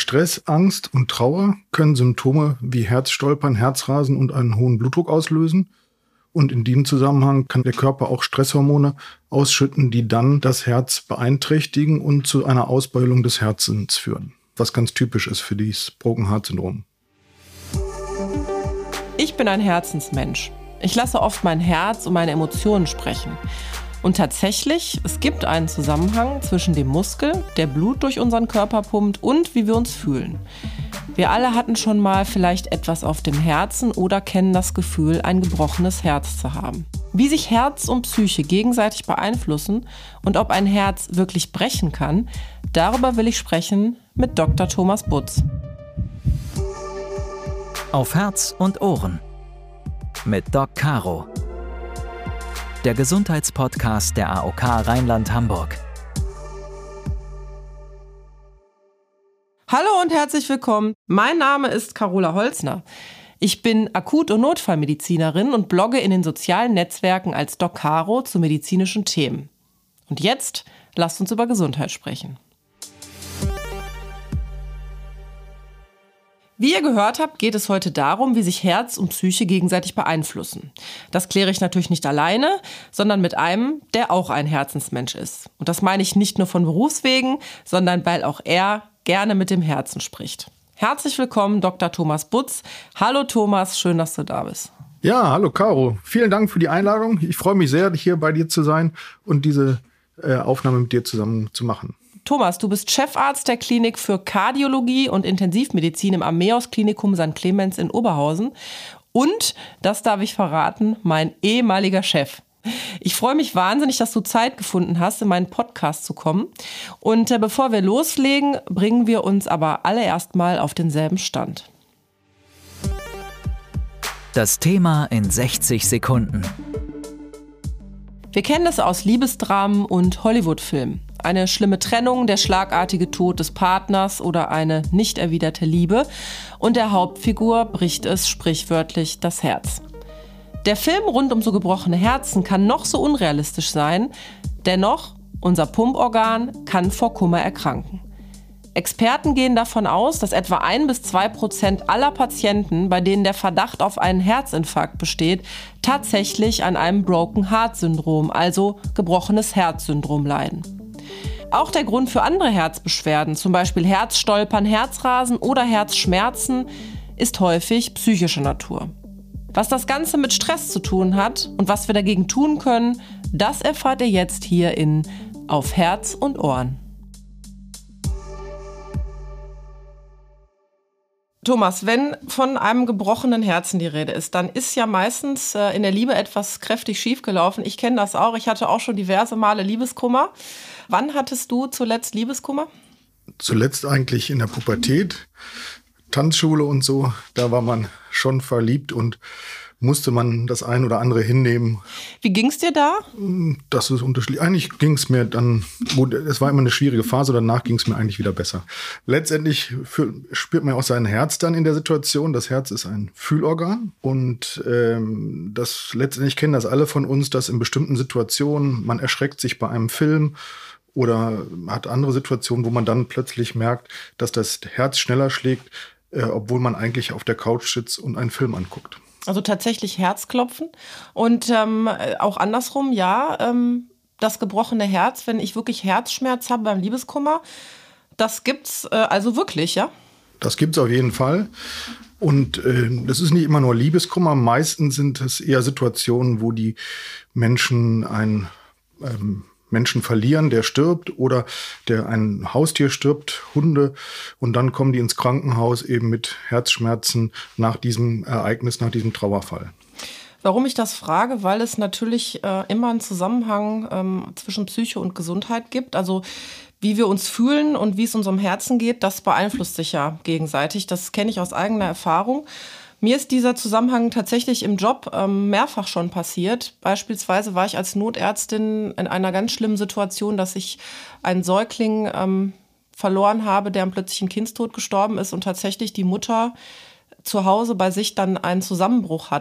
Stress, Angst und Trauer können Symptome wie Herzstolpern, Herzrasen und einen hohen Blutdruck auslösen. Und in diesem Zusammenhang kann der Körper auch Stresshormone ausschütten, die dann das Herz beeinträchtigen und zu einer Ausbeulung des Herzens führen, was ganz typisch ist für dieses Broken Heart Syndrom. Ich bin ein Herzensmensch. Ich lasse oft mein Herz und meine Emotionen sprechen. Und tatsächlich, es gibt einen Zusammenhang zwischen dem Muskel, der Blut durch unseren Körper pumpt und wie wir uns fühlen. Wir alle hatten schon mal vielleicht etwas auf dem Herzen oder kennen das Gefühl, ein gebrochenes Herz zu haben. Wie sich Herz und Psyche gegenseitig beeinflussen und ob ein Herz wirklich brechen kann, darüber will ich sprechen mit Dr. Thomas Butz. Auf Herz und Ohren mit Doc Caro. Der Gesundheitspodcast der AOK Rheinland-Hamburg. Hallo und herzlich willkommen. Mein Name ist Carola Holzner. Ich bin Akut- und Notfallmedizinerin und blogge in den sozialen Netzwerken als Doc Caro zu medizinischen Themen. Und jetzt lasst uns über Gesundheit sprechen. Wie ihr gehört habt, geht es heute darum, wie sich Herz und Psyche gegenseitig beeinflussen. Das kläre ich natürlich nicht alleine, sondern mit einem, der auch ein Herzensmensch ist. Und das meine ich nicht nur von Berufswegen, sondern weil auch er gerne mit dem Herzen spricht. Herzlich willkommen, Dr. Thomas Butz. Hallo Thomas, schön, dass du da bist. Ja, hallo Caro. Vielen Dank für die Einladung. Ich freue mich sehr, hier bei dir zu sein und diese Aufnahme mit dir zusammen zu machen. Thomas, du bist Chefarzt der Klinik für Kardiologie und Intensivmedizin im Ammäus-Klinikum St. Clemens in Oberhausen. Und, das darf ich verraten, mein ehemaliger Chef. Ich freue mich wahnsinnig, dass du Zeit gefunden hast, in meinen Podcast zu kommen. Und bevor wir loslegen, bringen wir uns aber alle erstmal auf denselben Stand. Das Thema in 60 Sekunden. Wir kennen es aus Liebesdramen und Hollywood-Filmen. Eine schlimme Trennung, der schlagartige Tod des Partners oder eine nicht erwiderte Liebe. Und der Hauptfigur bricht es sprichwörtlich das Herz. Der Film rund um so gebrochene Herzen kann noch so unrealistisch sein. Dennoch, unser Pumporgan kann vor Kummer erkranken. Experten gehen davon aus, dass etwa 1-2% aller Patienten, bei denen der Verdacht auf einen Herzinfarkt besteht, tatsächlich an einem Broken Heart Syndrom, also gebrochenes Herzsyndrom, leiden. Auch der Grund für andere Herzbeschwerden, zum Beispiel Herzstolpern, Herzrasen oder Herzschmerzen, ist häufig psychischer Natur. Was das Ganze mit Stress zu tun hat und was wir dagegen tun können, das erfahrt ihr jetzt hier in Auf Herz und Ohren. Thomas, wenn von einem gebrochenen Herzen die Rede ist, dann ist ja meistens in der Liebe etwas kräftig schiefgelaufen. Ich kenne das auch. Ich hatte auch schon diverse Male Liebeskummer. Wann hattest du zuletzt Liebeskummer? Zuletzt eigentlich in der Pubertät, Tanzschule und so. Da war man schon verliebt und musste man das ein oder andere hinnehmen. Wie ging's dir da? Das ist unterschiedlich. Eigentlich ging es mir dann, gut, es war immer eine schwierige Phase, danach ging es mir eigentlich wieder besser. Letztendlich spürt man auch sein Herz dann in der Situation. Das Herz ist ein Fühlorgan und das letztendlich kennen das alle von uns, dass in bestimmten Situationen, man erschreckt sich bei einem Film oder hat andere Situationen, wo man dann plötzlich merkt, dass das Herz schneller schlägt, obwohl man eigentlich auf der Couch sitzt und einen Film anguckt. Also tatsächlich Herzklopfen und auch andersrum, ja, das gebrochene Herz, wenn ich wirklich Herzschmerz habe beim Liebeskummer, das gibt's also wirklich, ja? Das gibt's auf jeden Fall. Und das ist nicht immer nur Liebeskummer. Meistens sind es eher Situationen, wo die Menschen einen Menschen verlieren, der stirbt oder der ein Haustier stirbt, Hunde, und dann kommen die ins Krankenhaus eben mit Herzschmerzen nach diesem Ereignis, nach diesem Trauerfall. Warum ich das frage? Weil es natürlich immer einen Zusammenhang zwischen Psyche und Gesundheit gibt. Also wie wir uns fühlen und wie es unserem Herzen geht, das beeinflusst sich ja gegenseitig. Das kenne ich aus eigener Erfahrung. Mir ist dieser Zusammenhang tatsächlich im Job mehrfach schon passiert. Beispielsweise war ich als Notärztin in einer ganz schlimmen Situation, dass ich einen Säugling verloren habe, der am plötzlichen Kindstod gestorben ist und tatsächlich die Mutter zu Hause bei sich dann einen Zusammenbruch hatte.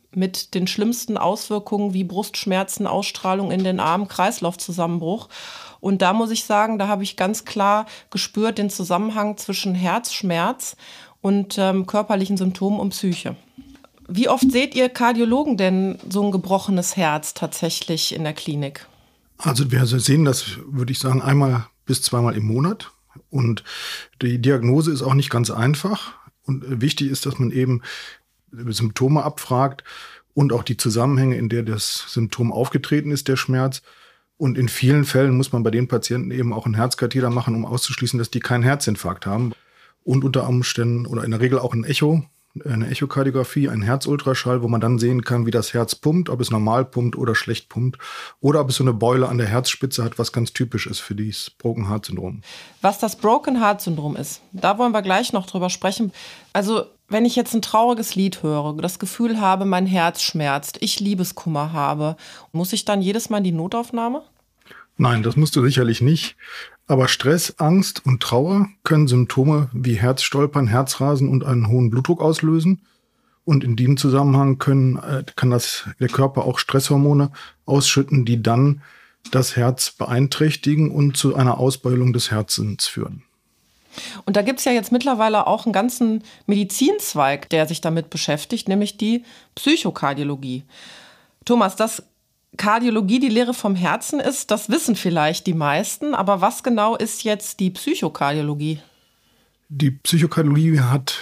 mit den schlimmsten Auswirkungen wie Brustschmerzen, Ausstrahlung in den Arm, Kreislaufzusammenbruch. Und da muss ich sagen, da habe ich ganz klar gespürt den Zusammenhang zwischen Herzschmerz und körperlichen Symptomen und Psyche. Wie oft seht ihr Kardiologen denn so ein gebrochenes Herz tatsächlich in der Klinik? Also wir sehen das, würde ich sagen, 1 bis 2 im Monat. Und die Diagnose ist auch nicht ganz einfach. Und wichtig ist, dass man eben Symptome abfragt und auch die Zusammenhänge, in der das Symptom aufgetreten ist, der Schmerz. Und in vielen Fällen muss man bei den Patienten eben auch einen Herzkatheter machen, um auszuschließen, dass die keinen Herzinfarkt haben. Und unter Umständen oder in der Regel auch eine Echokardiographie, ein Herzultraschall, wo man dann sehen kann, wie das Herz pumpt, ob es normal pumpt oder schlecht pumpt oder ob es so eine Beule an der Herzspitze hat, was ganz typisch ist für dieses Broken Heart Syndrom. Was das Broken Heart Syndrom ist, da wollen wir gleich noch drüber sprechen. Also wenn ich jetzt ein trauriges Lied höre, das Gefühl habe, mein Herz schmerzt, ich Liebeskummer habe, muss ich dann jedes Mal in die Notaufnahme? Nein, das musst du sicherlich nicht. Aber Stress, Angst und Trauer können Symptome wie Herzstolpern, Herzrasen und einen hohen Blutdruck auslösen. Und in diesem Zusammenhang kann der Körper auch Stresshormone ausschütten, die dann das Herz beeinträchtigen und zu einer Ausbeulung des Herzens führen. Und da gibt es ja jetzt mittlerweile auch einen ganzen Medizinzweig, der sich damit beschäftigt, nämlich die Psychokardiologie. Thomas, dass Kardiologie die Lehre vom Herzen ist, das wissen vielleicht die meisten. Aber was genau ist jetzt die Psychokardiologie? Die Psychokardiologie hat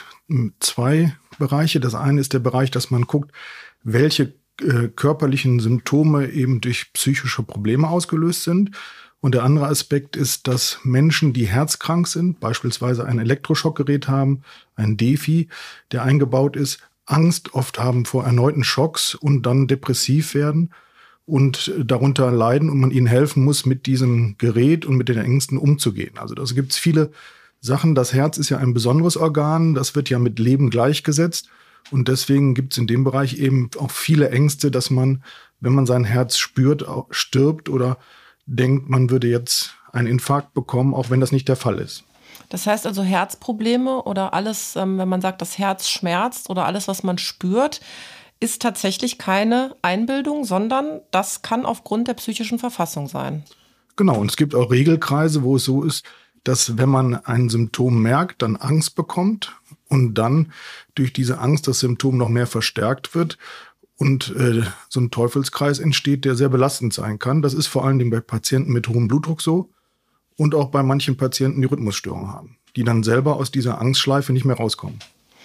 2 Bereiche. Das eine ist der Bereich, dass man guckt, welche körperlichen Symptome eben durch psychische Probleme ausgelöst sind. Und der andere Aspekt ist, dass Menschen, die herzkrank sind, beispielsweise ein Elektroschockgerät haben, ein Defi, der eingebaut ist, Angst oft haben vor erneuten Schocks und dann depressiv werden und darunter leiden und man ihnen helfen muss, mit diesem Gerät und mit den Ängsten umzugehen. Also das gibt es viele Sachen. Das Herz ist ja ein besonderes Organ, das wird ja mit Leben gleichgesetzt und deswegen gibt es in dem Bereich eben auch viele Ängste, dass man, wenn man sein Herz spürt, auch stirbt oder denkt, man würde jetzt einen Infarkt bekommen, auch wenn das nicht der Fall ist. Das heißt also Herzprobleme oder alles, wenn man sagt, das Herz schmerzt oder alles, was man spürt, ist tatsächlich keine Einbildung, sondern das kann aufgrund der psychischen Verfassung sein. Genau, und es gibt auch Regelkreise, wo es so ist, dass wenn man ein Symptom merkt, dann Angst bekommt und dann durch diese Angst das Symptom noch mehr verstärkt wird und so ein Teufelskreis entsteht, der sehr belastend sein kann. Das ist vor allen Dingen bei Patienten mit hohem Blutdruck so und auch bei manchen Patienten, die Rhythmusstörungen haben, die dann selber aus dieser Angstschleife nicht mehr rauskommen.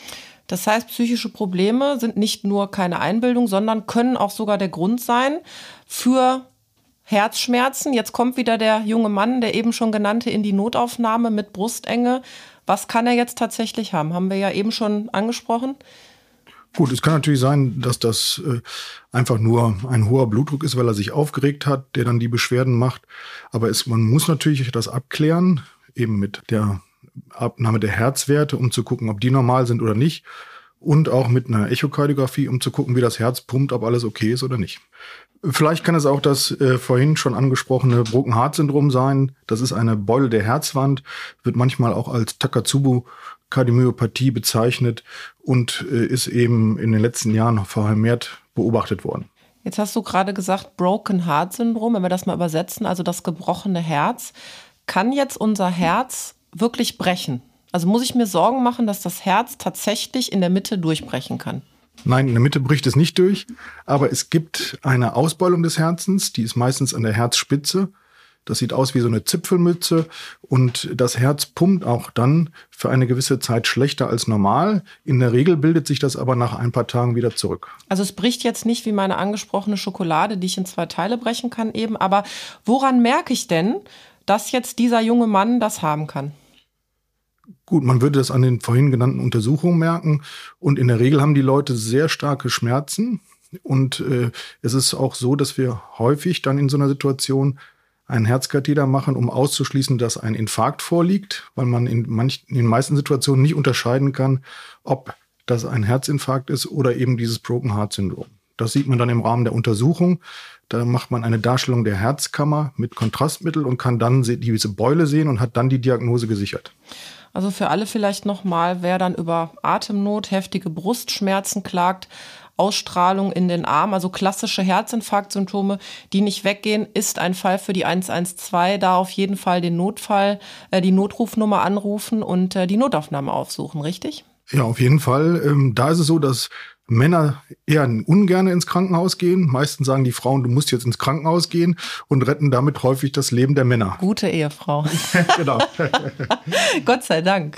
Das heißt, psychische Probleme sind nicht nur keine Einbildung, sondern können auch sogar der Grund sein für Herzschmerzen. Jetzt kommt wieder der junge Mann, der eben schon genannte, in die Notaufnahme mit Brustenge. Was kann er jetzt tatsächlich haben? Haben wir ja eben schon angesprochen. Gut, es kann natürlich sein, dass das einfach nur ein hoher Blutdruck ist, weil er sich aufgeregt hat, der dann die Beschwerden macht. Aber man muss natürlich das abklären, eben mit der Abnahme der Herzwerte, um zu gucken, ob die normal sind oder nicht. Und auch mit einer Echokardiographie, um zu gucken, wie das Herz pumpt, ob alles okay ist oder nicht. Vielleicht kann es auch das vorhin schon angesprochene Broken Heart Syndrom sein. Das ist eine Beule der Herzwand, wird manchmal auch als Takotsubo-Kardiomyopathie bezeichnet und ist eben in den letzten Jahren vermehrt beobachtet worden. Jetzt hast du gerade gesagt, Broken Heart Syndrom, wenn wir das mal übersetzen, also das gebrochene Herz. Kann jetzt unser Herz wirklich brechen? Also muss ich mir Sorgen machen, dass das Herz tatsächlich in der Mitte durchbrechen kann? Nein, in der Mitte bricht es nicht durch, aber es gibt eine Ausbeulung des Herzens, die ist meistens an der Herzspitze. Das sieht aus wie so eine Zipfelmütze und das Herz pumpt auch dann für eine gewisse Zeit schlechter als normal. In der Regel bildet sich das aber nach ein paar Tagen wieder zurück. Also es bricht jetzt nicht wie meine angesprochene Schokolade, die ich in 2 Teile brechen kann eben, aber woran merke ich denn, dass jetzt dieser junge Mann das haben kann? Gut, man würde das an den vorhin genannten Untersuchungen merken und in der Regel haben die Leute sehr starke Schmerzen und es ist auch so, dass wir häufig dann in so einer Situation einen Herzkatheter machen, um auszuschließen, dass ein Infarkt vorliegt, weil man in den meisten Situationen nicht unterscheiden kann, ob das ein Herzinfarkt ist oder eben dieses Broken Heart Syndrom. Das sieht man dann im Rahmen der Untersuchung. Da macht man eine Darstellung der Herzkammer mit Kontrastmittel und kann dann diese Beule sehen und hat dann die Diagnose gesichert. Also für alle vielleicht nochmal, wer dann über Atemnot, heftige Brustschmerzen klagt. Ausstrahlung in den Arm, also klassische Herzinfarktsymptome, die nicht weggehen, ist ein Fall für die 112. Da auf jeden Fall den die Notrufnummer anrufen und die Notaufnahme aufsuchen, richtig? Ja, auf jeden Fall. Da ist es so, dass Männer eher ungern ins Krankenhaus gehen. Meistens sagen die Frauen, du musst jetzt ins Krankenhaus gehen und retten damit häufig das Leben der Männer. Gute Ehefrau. Genau. Gott sei Dank.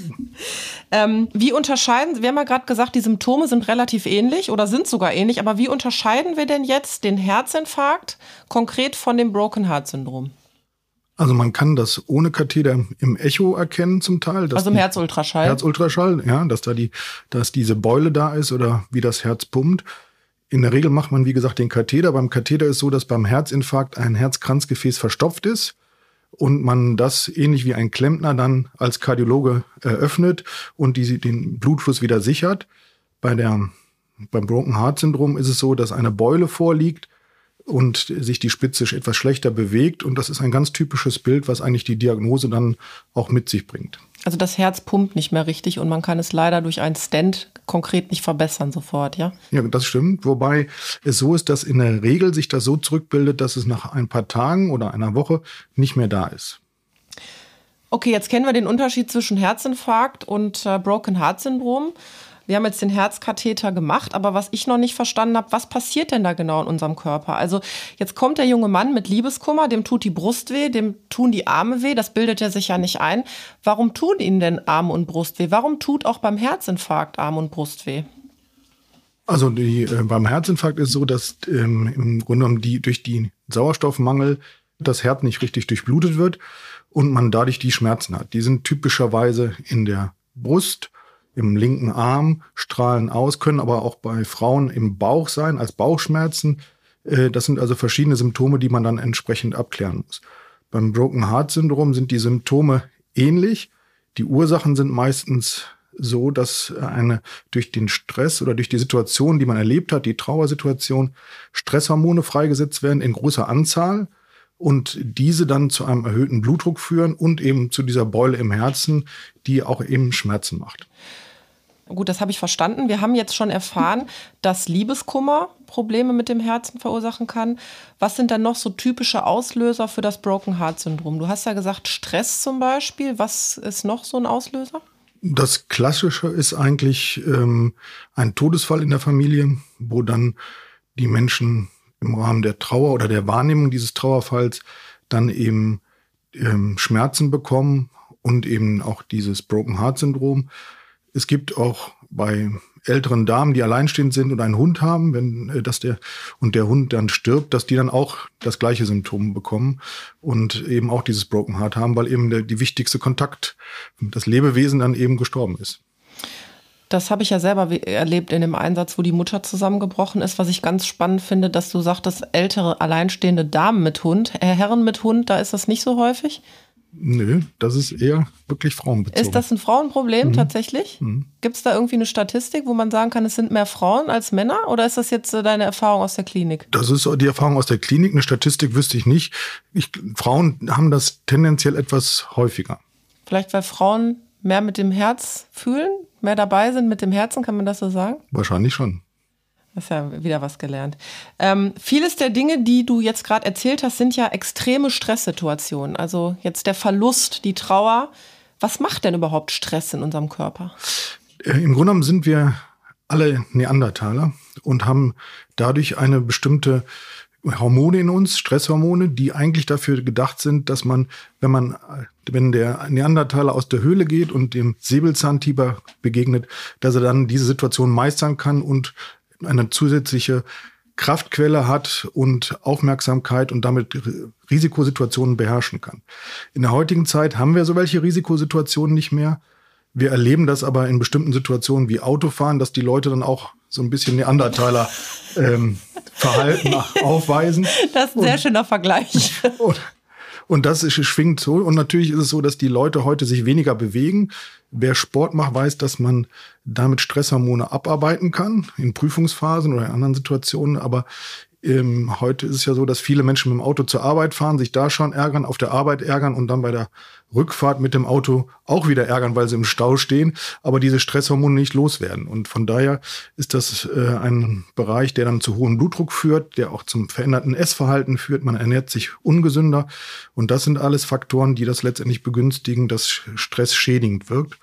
Wie unterscheiden, wir haben ja gerade gesagt, die Symptome sind relativ ähnlich oder sind sogar ähnlich, aber wie unterscheiden wir denn jetzt den Herzinfarkt konkret von dem Broken Heart Syndrom? Also man kann das ohne Katheter im Echo erkennen zum Teil. Also im Herzultraschall? Herzultraschall, ja, dass diese Beule da ist oder wie das Herz pumpt. In der Regel macht man, wie gesagt, den Katheter. Beim Katheter ist so, dass beim Herzinfarkt ein Herzkranzgefäß verstopft ist und man das ähnlich wie ein Klempner dann als Kardiologe öffnet und den Blutfluss wieder sichert. Beim Broken Heart Syndrom ist es so, dass eine Beule vorliegt und sich die Spitze etwas schlechter bewegt. Und das ist ein ganz typisches Bild, was eigentlich die Diagnose dann auch mit sich bringt. Also das Herz pumpt nicht mehr richtig und man kann es leider durch einen Stent konkret nicht verbessern sofort, ja? Ja, das stimmt. Wobei es so ist, dass in der Regel sich das so zurückbildet, dass es nach ein paar Tagen oder einer Woche nicht mehr da ist. Okay, jetzt kennen wir den Unterschied zwischen Herzinfarkt und Broken Heart Syndrom. Wir haben jetzt den Herzkatheter gemacht, aber was ich noch nicht verstanden habe, was passiert denn da genau in unserem Körper? Also jetzt kommt der junge Mann mit Liebeskummer, dem tut die Brust weh, dem tun die Arme weh, das bildet er sich ja nicht ein. Warum tun ihnen denn Arm und Brust weh? Warum tut auch beim Herzinfarkt Arm und Brust weh? Also beim Herzinfarkt ist es so, dass im Grunde genommen durch den Sauerstoffmangel das Herz nicht richtig durchblutet wird und man dadurch die Schmerzen hat. Die sind typischerweise in der Brust, im linken Arm, strahlen aus, können aber auch bei Frauen im Bauch sein, als Bauchschmerzen. Das sind also verschiedene Symptome, die man dann entsprechend abklären muss. Beim Broken Heart Syndrom sind die Symptome ähnlich. Die Ursachen sind meistens so, dass durch den Stress oder durch die Situation, die man erlebt hat, die Trauersituation, Stresshormone freigesetzt werden in großer Anzahl und diese dann zu einem erhöhten Blutdruck führen und eben zu dieser Beule im Herzen, die auch eben Schmerzen macht. Gut, das habe ich verstanden. Wir haben jetzt schon erfahren, dass Liebeskummer Probleme mit dem Herzen verursachen kann. Was sind dann noch so typische Auslöser für das Broken Heart Syndrom? Du hast ja gesagt Stress zum Beispiel. Was ist noch so ein Auslöser? Das Klassische ist eigentlich ein Todesfall in der Familie, wo dann die Menschen im Rahmen der Trauer oder der Wahrnehmung dieses Trauerfalls dann eben Schmerzen bekommen und eben auch dieses Broken Heart Syndrom. Es gibt auch bei älteren Damen, die alleinstehend sind und einen Hund haben, der Hund dann stirbt, dass die dann auch das gleiche Symptom bekommen und eben auch dieses Broken Heart haben, weil eben die wichtigste Kontakt, das Lebewesen dann eben gestorben ist. Das habe ich ja selber erlebt in dem Einsatz, wo die Mutter zusammengebrochen ist. Was ich ganz spannend finde, dass du sagtest, ältere alleinstehende Damen mit Hund, Herren mit Hund, da ist das nicht so häufig? Nö, das ist eher wirklich frauenbezogen. Ist das ein Frauenproblem tatsächlich? Gibt es da irgendwie eine Statistik, wo man sagen kann, es sind mehr Frauen als Männer? Oder ist das jetzt deine Erfahrung aus der Klinik? Das ist die Erfahrung aus der Klinik. Eine Statistik wüsste ich nicht. Frauen haben das tendenziell etwas häufiger. Vielleicht, weil Frauen mehr mit dem Herz fühlen, mehr dabei sind mit dem Herzen, kann man das so sagen? Wahrscheinlich schon. Das ist ja wieder was gelernt. Vieles der Dinge, die du jetzt gerade erzählt hast, sind ja extreme Stresssituationen. Also jetzt der Verlust, die Trauer. Was macht denn überhaupt Stress in unserem Körper? Im Grunde genommen sind wir alle Neandertaler und haben dadurch eine bestimmte Hormone in uns, Stresshormone, die eigentlich dafür gedacht sind, dass man, wenn der Neandertaler aus der Höhle geht und dem Säbelzahntiger begegnet, dass er dann diese Situation meistern kann und eine zusätzliche Kraftquelle hat und Aufmerksamkeit und damit Risikosituationen beherrschen kann. In der heutigen Zeit haben wir so welche Risikosituationen nicht mehr. Wir erleben das aber in bestimmten Situationen wie Autofahren, dass die Leute dann auch so ein bisschen Neandertaler Verhalten aufweisen. Das ist ein sehr schöner Vergleich. Und das schwingt so. Und natürlich ist es so, dass die Leute heute sich weniger bewegen. Wer Sport macht, weiß, dass man damit Stresshormone abarbeiten kann, in Prüfungsphasen oder in anderen Situationen. Aber Heute ist es ja so, dass viele Menschen mit dem Auto zur Arbeit fahren, sich da schon ärgern, auf der Arbeit ärgern und dann bei der Rückfahrt mit dem Auto auch wieder ärgern, weil sie im Stau stehen, aber diese Stresshormone nicht loswerden. Und von daher ist das ein Bereich, der dann zu hohem Blutdruck führt, der auch zum veränderten Essverhalten führt. Man ernährt sich ungesünder. Und das sind alles Faktoren, die das letztendlich begünstigen, dass Stress schädigend wirkt.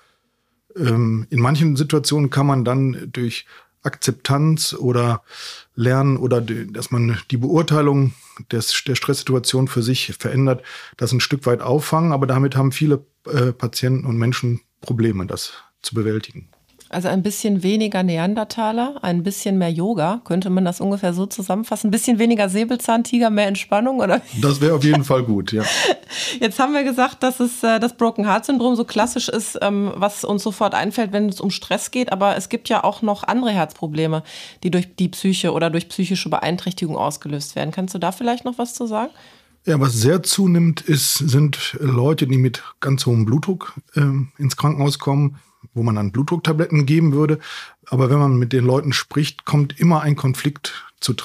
In manchen Situationen kann man dann durch Akzeptanz oder Lernen oder dass man die Beurteilung der Stresssituation für sich verändert, das ein Stück weit auffangen. Aber damit haben viele Patienten und Menschen Probleme, das zu bewältigen. Also ein bisschen weniger Neandertaler, ein bisschen mehr Yoga, könnte man das ungefähr so zusammenfassen? Ein bisschen weniger Säbelzahntiger, mehr Entspannung, oder? Das wäre auf jeden Fall gut, ja. Jetzt haben wir gesagt, dass es das Broken Heart Syndrom so klassisch ist, was uns sofort einfällt, wenn es um Stress geht. Aber es gibt ja auch noch andere Herzprobleme, die durch die Psyche oder durch psychische Beeinträchtigung ausgelöst werden. Kannst du da vielleicht noch was zu sagen? Ja, was sehr zunimmt, sind Leute, die mit ganz hohem Blutdruck ins Krankenhaus kommen, wo man dann Blutdrucktabletten geben würde. Aber wenn man mit den Leuten spricht, kommt immer ein Konflikt zum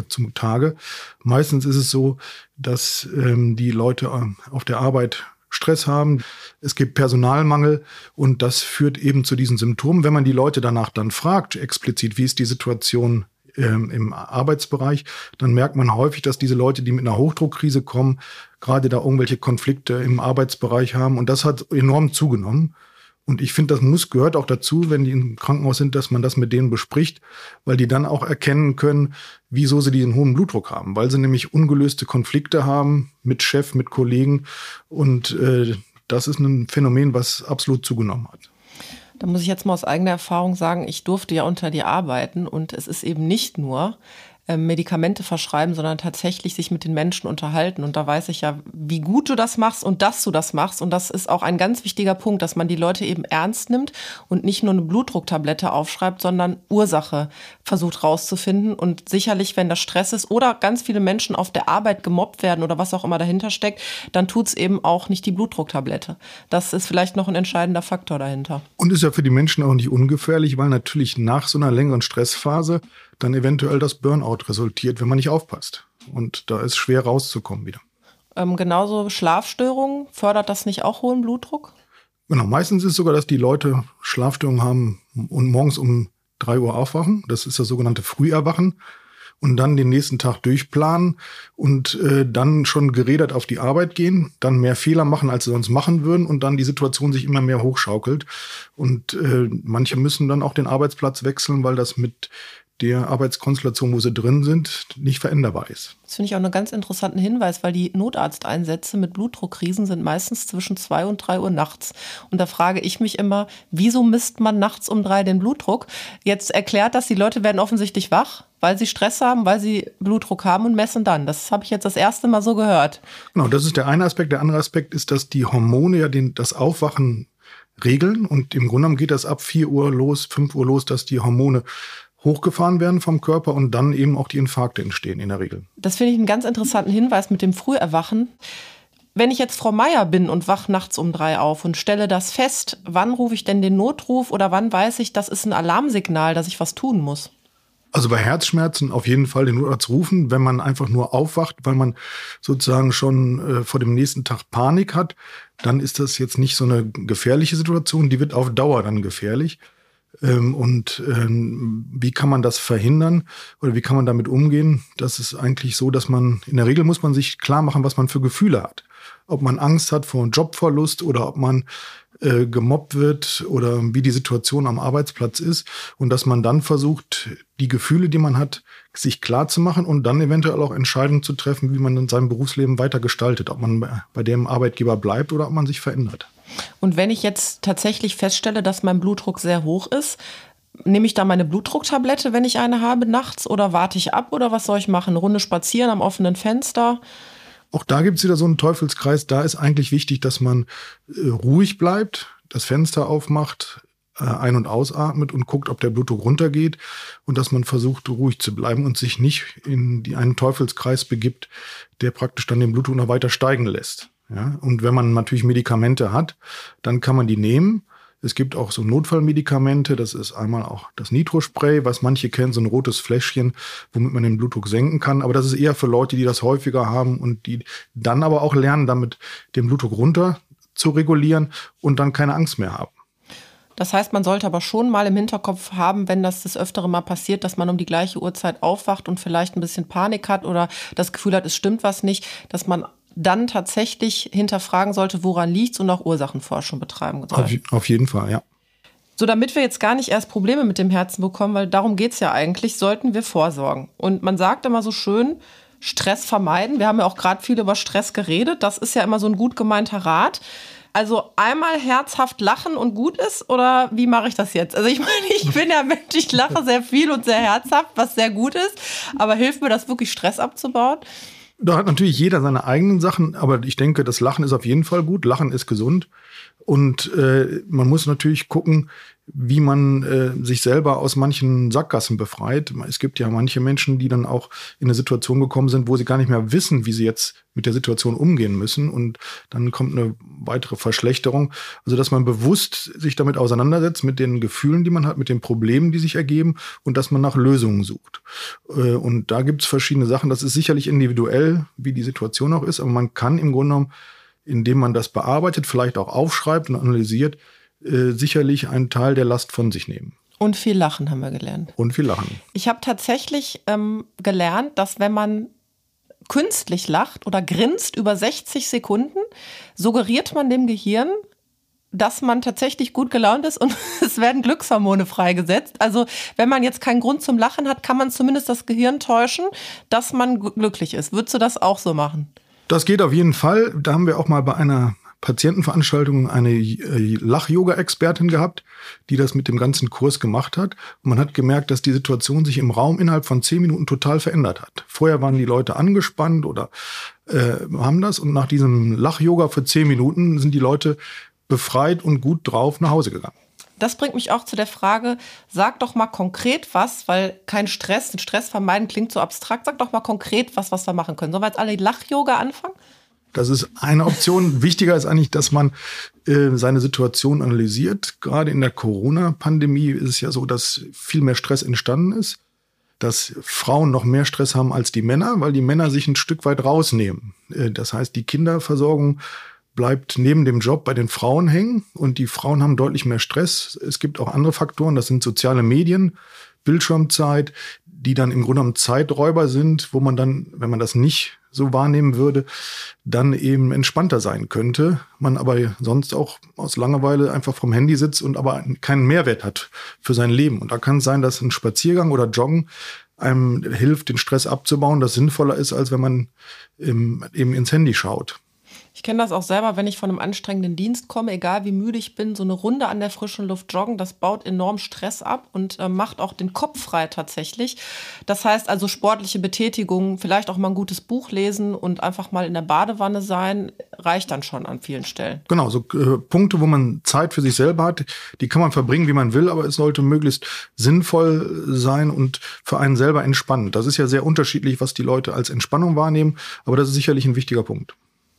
Tage. Meistens ist es so, dass die Leute auf der Arbeit Stress haben. Es gibt Personalmangel und das führt eben zu diesen Symptomen. Wenn man die Leute danach dann fragt, explizit, wie ist die Situation im Arbeitsbereich, dann merkt man häufig, dass diese Leute, die mit einer Hochdruckkrise kommen, gerade da irgendwelche Konflikte im Arbeitsbereich haben. Und das hat enorm zugenommen. Und ich finde, das gehört auch dazu, wenn die im Krankenhaus sind, dass man das mit denen bespricht, weil die dann auch erkennen können, wieso sie diesen hohen Blutdruck haben. Weil sie nämlich ungelöste Konflikte haben mit Chef, mit Kollegen. Und das ist ein Phänomen, was absolut zugenommen hat. Da muss ich jetzt mal aus eigener Erfahrung sagen, ich durfte ja unter dir arbeiten und es ist eben nicht nur Medikamente verschreiben, sondern tatsächlich sich mit den Menschen unterhalten. Und da weiß ich ja, wie gut du das machst und dass du das machst. Und das ist auch ein ganz wichtiger Punkt, dass man die Leute eben ernst nimmt und nicht nur eine Blutdrucktablette aufschreibt, sondern Ursache versucht rauszufinden. Und sicherlich, wenn das Stress ist oder ganz viele Menschen auf der Arbeit gemobbt werden oder was auch immer dahinter steckt, dann tut es eben auch nicht die Blutdrucktablette. Das ist vielleicht noch ein entscheidender Faktor dahinter. Und ist ja für die Menschen auch nicht ungefährlich, weil natürlich nach so einer längeren Stressphase dann eventuell das Burnout resultiert, wenn man nicht aufpasst. Und da ist schwer rauszukommen wieder. Genauso Schlafstörungen, fördert das nicht auch hohen Blutdruck? Genau, meistens ist es sogar, dass die Leute Schlafstörungen haben und morgens um 3 Uhr aufwachen. Das ist das sogenannte Früherwachen. Und dann den nächsten Tag durchplanen und dann schon gerädert auf die Arbeit gehen, dann mehr Fehler machen, als sie sonst machen würden und dann die Situation sich immer mehr hochschaukelt. Und manche müssen dann auch den Arbeitsplatz wechseln, weil das mit der Arbeitskonstellation, wo sie drin sind, nicht veränderbar ist. Das finde ich auch einen ganz interessanten Hinweis, weil die Notarzteinsätze mit Blutdruckkrisen sind meistens zwischen 2 und 3 Uhr nachts. Und da frage ich mich immer, wieso misst man nachts um 3 den Blutdruck? Jetzt erklärt das, die Leute werden offensichtlich wach, weil sie Stress haben, weil sie Blutdruck haben und messen dann. Das habe ich jetzt das erste Mal so gehört. Genau, das ist der eine Aspekt. Der andere Aspekt ist, dass die Hormone ja das Aufwachen regeln. Und im Grunde genommen geht das ab 4 Uhr los, 5 Uhr los, dass die Hormone hochgefahren werden vom Körper und dann eben auch die Infarkte entstehen in der Regel. Das finde ich einen ganz interessanten Hinweis mit dem Früherwachen. Wenn ich jetzt Frau Meier bin und wach nachts um 3 auf und stelle das fest, wann rufe ich denn den Notruf oder wann weiß ich, das ist ein Alarmsignal, dass ich was tun muss? Also bei Herzschmerzen auf jeden Fall den Notarzt rufen, wenn man einfach nur aufwacht, weil man sozusagen schon vor dem nächsten Tag Panik hat, dann ist das jetzt nicht so eine gefährliche Situation, die wird auf Dauer dann gefährlich. Wie kann man das verhindern oder wie kann man damit umgehen? Das ist eigentlich so, dass in der Regel muss man sich klar machen, was man für Gefühle hat. Ob man Angst hat vor einem Jobverlust oder ob man gemobbt wird oder wie die Situation am Arbeitsplatz ist und dass man dann versucht, die Gefühle, die man hat, sich klar zu machen und dann eventuell auch Entscheidungen zu treffen, wie man in seinem Berufsleben weiter gestaltet, ob man bei dem Arbeitgeber bleibt oder ob man sich verändert. Und wenn ich jetzt tatsächlich feststelle, dass mein Blutdruck sehr hoch ist, nehme ich da meine Blutdrucktablette, wenn ich eine habe, nachts oder warte ich ab oder was soll ich machen? Eine Runde spazieren am offenen Fenster? Auch da gibt es wieder so einen Teufelskreis. Da ist eigentlich wichtig, dass man ruhig bleibt, das Fenster aufmacht, ein- und ausatmet und guckt, ob der Blutdruck runtergeht und dass man versucht, ruhig zu bleiben und sich nicht in einen Teufelskreis begibt, der praktisch dann den Blutdruck noch weiter steigen lässt. Ja? Und wenn man natürlich Medikamente hat, dann kann man die nehmen. Es gibt auch so Notfallmedikamente. Das ist einmal auch das Nitrospray, was manche kennen, so ein rotes Fläschchen, womit man den Blutdruck senken kann. Aber das ist eher für Leute, die das häufiger haben und die dann aber auch lernen, damit den Blutdruck runter zu regulieren und dann keine Angst mehr haben. Das heißt, man sollte aber schon mal im Hinterkopf haben, wenn das des Öfteren mal passiert, dass man um die gleiche Uhrzeit aufwacht und vielleicht ein bisschen Panik hat oder das Gefühl hat, es stimmt was nicht, dass man dann tatsächlich hinterfragen sollte, woran liegt's und auch Ursachenforschung betreiben soll. Auf jeden Fall, ja. So, damit wir jetzt gar nicht erst Probleme mit dem Herzen bekommen, weil darum geht's ja eigentlich, sollten wir vorsorgen. Und man sagt immer so schön, Stress vermeiden. Wir haben ja auch gerade viel über Stress geredet. Das ist ja immer so ein gut gemeinter Rat. Also einmal herzhaft lachen und gut ist, oder wie mache ich das jetzt? Also ich meine, ich bin ja Mensch, ich lache sehr viel und sehr herzhaft, was sehr gut ist. Aber hilft mir das wirklich, Stress abzubauen? Da hat natürlich jeder seine eigenen Sachen, aber ich denke, das Lachen ist auf jeden Fall gut. Lachen ist gesund. Und man muss natürlich gucken, wie man sich selber aus manchen Sackgassen befreit. Es gibt ja manche Menschen, die dann auch in eine Situation gekommen sind, wo sie gar nicht mehr wissen, wie sie jetzt mit der Situation umgehen müssen. Und dann kommt eine weitere Verschlechterung. Also, dass man bewusst sich damit auseinandersetzt, mit den Gefühlen, die man hat, mit den Problemen, die sich ergeben und dass man nach Lösungen sucht. Und da gibt es verschiedene Sachen. Das ist sicherlich individuell, wie die Situation auch ist. Aber man kann im Grunde genommen, indem man das bearbeitet, vielleicht auch aufschreibt und analysiert, sicherlich einen Teil der Last von sich nehmen. Und viel Lachen haben wir gelernt. Und viel Lachen. Ich habe tatsächlich gelernt, dass wenn man künstlich lacht oder grinst über 60 Sekunden, suggeriert man dem Gehirn, dass man tatsächlich gut gelaunt ist und es werden Glückshormone freigesetzt. Also wenn man jetzt keinen Grund zum Lachen hat, kann man zumindest das Gehirn täuschen, dass man glücklich ist. Würdest du das auch so machen? Das geht auf jeden Fall. Da haben wir auch mal bei einer Patientenveranstaltung eine Lach-Yoga-Expertin gehabt, die das mit dem ganzen Kurs gemacht hat. Und man hat gemerkt, dass die Situation sich im Raum innerhalb von 10 Minuten total verändert hat. Vorher waren die Leute angespannt oder haben das. Und nach diesem Lach-Yoga für 10 Minuten sind die Leute befreit und gut drauf nach Hause gegangen. Das bringt mich auch zu der Frage, sag doch mal konkret was, weil kein Stress, Stress vermeiden klingt so abstrakt. Sag doch mal konkret was wir machen können. Sollen wir jetzt alle Lach-Yoga anfangen? Das ist eine Option. Wichtiger ist eigentlich, dass man seine Situation analysiert. Gerade in der Corona-Pandemie ist es ja so, dass viel mehr Stress entstanden ist, dass Frauen noch mehr Stress haben als die Männer, weil die Männer sich ein Stück weit rausnehmen. Das heißt, die Kinderversorgung bleibt neben dem Job bei den Frauen hängen und die Frauen haben deutlich mehr Stress. Es gibt auch andere Faktoren, das sind soziale Medien, Bildschirmzeit, die dann im Grunde genommen Zeiträuber sind, wo man dann, wenn man das nicht so wahrnehmen würde, dann eben entspannter sein könnte. Man aber sonst auch aus Langeweile einfach vom Handy sitzt und aber keinen Mehrwert hat für sein Leben. Und da kann es sein, dass ein Spaziergang oder Joggen einem hilft, den Stress abzubauen, das sinnvoller ist, als wenn man eben ins Handy schaut. Ich kenne das auch selber, wenn ich von einem anstrengenden Dienst komme, egal wie müde ich bin, so eine Runde an der frischen Luft joggen, das baut enorm Stress ab und macht auch den Kopf frei tatsächlich. Das heißt also sportliche Betätigung, vielleicht auch mal ein gutes Buch lesen und einfach mal in der Badewanne sein, reicht dann schon an vielen Stellen. Genau, so Punkte, wo man Zeit für sich selber hat, die kann man verbringen, wie man will, aber es sollte möglichst sinnvoll sein und für einen selber entspannend. Das ist ja sehr unterschiedlich, was die Leute als Entspannung wahrnehmen, aber das ist sicherlich ein wichtiger Punkt.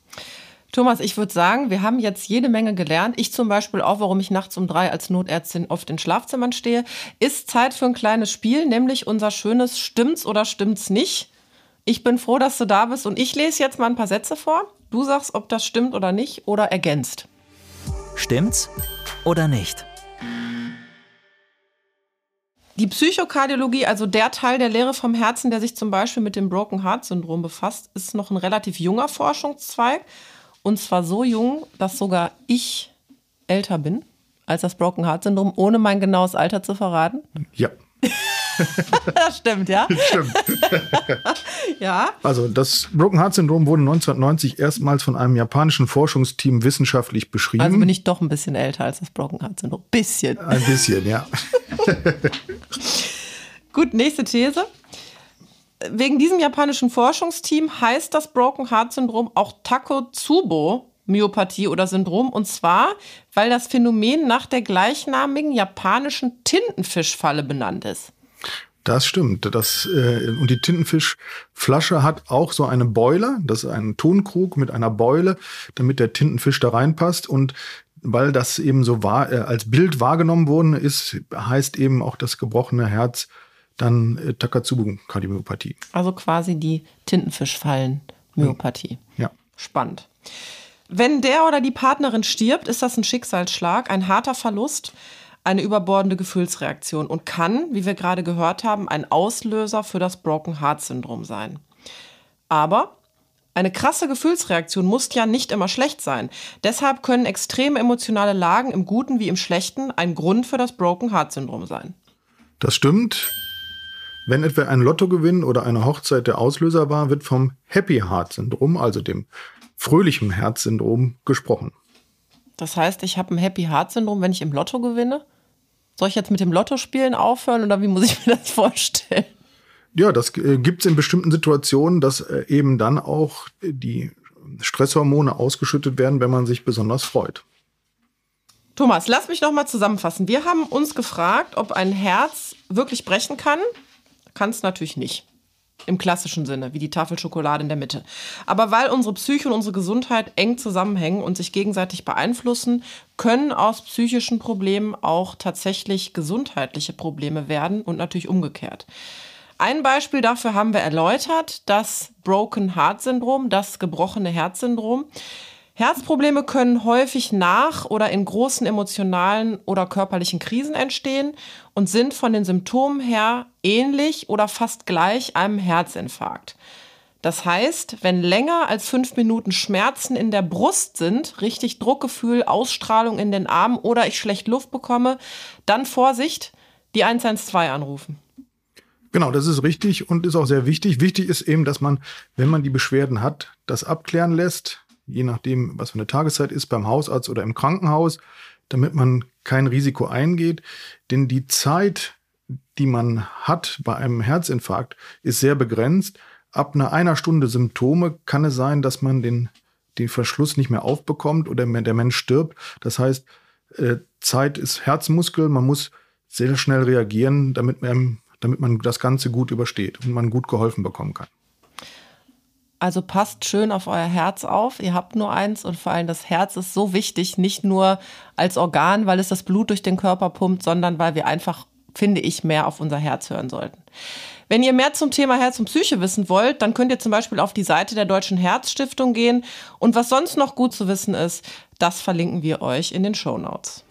Thomas, ich würde sagen, wir haben jetzt jede Menge gelernt. Ich zum Beispiel auch, warum ich nachts um 3 als Notärztin oft in Schlafzimmern stehe. Ist Zeit für ein kleines Spiel, nämlich unser schönes Stimmt's oder stimmt's nicht? Ich bin froh, dass du da bist und ich lese jetzt mal ein paar Sätze vor. Du sagst, ob das stimmt oder nicht oder ergänzt. Stimmt's oder nicht? Die Psychokardiologie, also der Teil der Lehre vom Herzen, der sich zum Beispiel mit dem Broken Heart Syndrom befasst, ist noch ein relativ junger Forschungszweig. Und zwar so jung, dass sogar ich älter bin als das Broken Heart Syndrom, ohne mein genaues Alter zu verraten. Ja. Das stimmt, ja? Stimmt. Ja. Also das Broken Heart Syndrom wurde 1990 erstmals von einem japanischen Forschungsteam wissenschaftlich beschrieben. Also bin ich doch ein bisschen älter als das Broken Heart Syndrom. Bisschen. Ein bisschen, ja. Gut, nächste These. Wegen diesem japanischen Forschungsteam heißt das Broken Heart Syndrom auch Takotsubo-Myopathie oder Syndrom. Und zwar, weil das Phänomen nach der gleichnamigen japanischen Tintenfischfalle benannt ist. Das stimmt. Und die Tintenfischflasche hat auch so eine Beule. Das ist ein Tonkrug mit einer Beule, damit der Tintenfisch da reinpasst. Und weil das eben so als Bild wahrgenommen worden ist, heißt eben auch das gebrochene Herz dann Takotsubo-Kardiomyopathie. Also quasi die Tintenfischfallen-Myopathie. Ja. Spannend. Wenn der oder die Partnerin stirbt, ist das ein Schicksalsschlag, ein harter Verlust, eine überbordende Gefühlsreaktion und kann, wie wir gerade gehört haben, ein Auslöser für das Broken Heart Syndrom sein. Aber eine krasse Gefühlsreaktion muss ja nicht immer schlecht sein. Deshalb können extreme emotionale Lagen im Guten wie im Schlechten ein Grund für das Broken Heart Syndrom sein. Das stimmt. Wenn etwa ein Lottogewinn oder eine Hochzeit der Auslöser war, wird vom Happy Heart Syndrom, also dem fröhlichen Herzsyndrom, gesprochen. Das heißt, ich habe ein Happy Heart Syndrom, wenn ich im Lotto gewinne? Soll ich jetzt mit dem Lottospielen aufhören oder wie muss ich mir das vorstellen? Ja, das gibt es in bestimmten Situationen, dass eben dann auch die Stresshormone ausgeschüttet werden, wenn man sich besonders freut. Thomas, lass mich noch mal zusammenfassen. Wir haben uns gefragt, ob ein Herz wirklich brechen kann. Kann es natürlich nicht. Im klassischen Sinne, wie die Tafel Schokolade in der Mitte. Aber weil unsere Psyche und unsere Gesundheit eng zusammenhängen und sich gegenseitig beeinflussen, können aus psychischen Problemen auch tatsächlich gesundheitliche Probleme werden und natürlich umgekehrt. Ein Beispiel dafür haben wir erläutert, das Broken Heart Syndrom, das gebrochene Herzsyndrom. Herzprobleme können häufig nach oder in großen emotionalen oder körperlichen Krisen entstehen und sind von den Symptomen her ähnlich oder fast gleich einem Herzinfarkt. Das heißt, wenn länger als 5 Minuten Schmerzen in der Brust sind, richtig Druckgefühl, Ausstrahlung in den Armen oder ich schlecht Luft bekomme, dann Vorsicht, die 112 anrufen. Genau, das ist richtig und ist auch sehr wichtig. Wichtig ist eben, dass man, wenn man die Beschwerden hat, das abklären lässt, je nachdem, was für eine Tageszeit ist, beim Hausarzt oder im Krankenhaus, damit man kein Risiko eingeht. Denn die Zeit, die man hat bei einem Herzinfarkt, ist sehr begrenzt. Ab einer Stunde Symptome kann es sein, dass man den Verschluss nicht mehr aufbekommt oder der Mensch stirbt. Das heißt, Zeit ist Herzmuskel. Man muss sehr schnell reagieren, damit man das Ganze gut übersteht und man gut geholfen bekommen kann. Also passt schön auf euer Herz auf. Ihr habt nur eins und vor allem das Herz ist so wichtig, nicht nur als Organ, weil es das Blut durch den Körper pumpt, sondern weil wir einfach, finde ich, mehr auf unser Herz hören sollten. Wenn ihr mehr zum Thema Herz und Psyche wissen wollt, dann könnt ihr zum Beispiel auf die Seite der Deutschen Herzstiftung gehen. Und was sonst noch gut zu wissen ist, das verlinken wir euch in den Shownotes.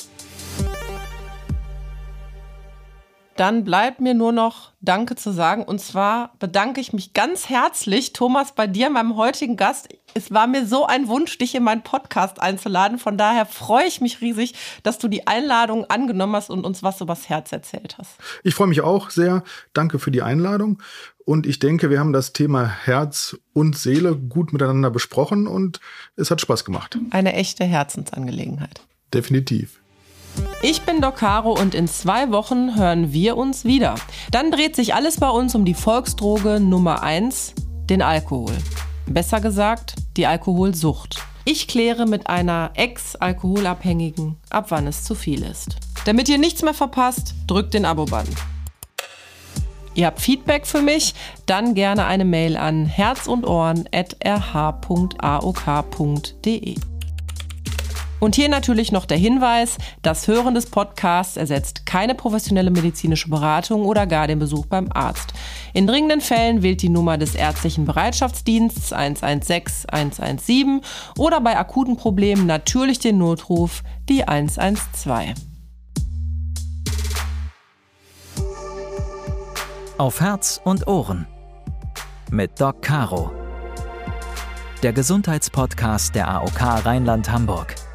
Dann bleibt mir nur noch Danke zu sagen. Und zwar bedanke ich mich ganz herzlich, Thomas, bei dir, meinem heutigen Gast. Es war mir so ein Wunsch, dich in meinen Podcast einzuladen. Von daher freue ich mich riesig, dass du die Einladung angenommen hast und uns was übers Herz erzählt hast. Ich freue mich auch sehr. Danke für die Einladung. Und ich denke, wir haben das Thema Herz und Seele gut miteinander besprochen und es hat Spaß gemacht. Eine echte Herzensangelegenheit. Definitiv. Ich bin Doc Caro und in 2 Wochen hören wir uns wieder. Dann dreht sich alles bei uns um die Volksdroge Nummer 1, den Alkohol. Besser gesagt, die Alkoholsucht. Ich kläre mit einer Ex-Alkoholabhängigen, ab wann es zu viel ist. Damit ihr nichts mehr verpasst, drückt den Abo-Button. Ihr habt Feedback für mich? Dann gerne eine Mail an herzundohren@rh.aok.de. Und hier natürlich noch der Hinweis, das Hören des Podcasts ersetzt keine professionelle medizinische Beratung oder gar den Besuch beim Arzt. In dringenden Fällen wählt die Nummer des ärztlichen Bereitschaftsdienstes 116 117 oder bei akuten Problemen natürlich den Notruf, die 112. Auf Herz und Ohren mit Doc Caro. Der Gesundheitspodcast der AOK Rheinland-Hamburg.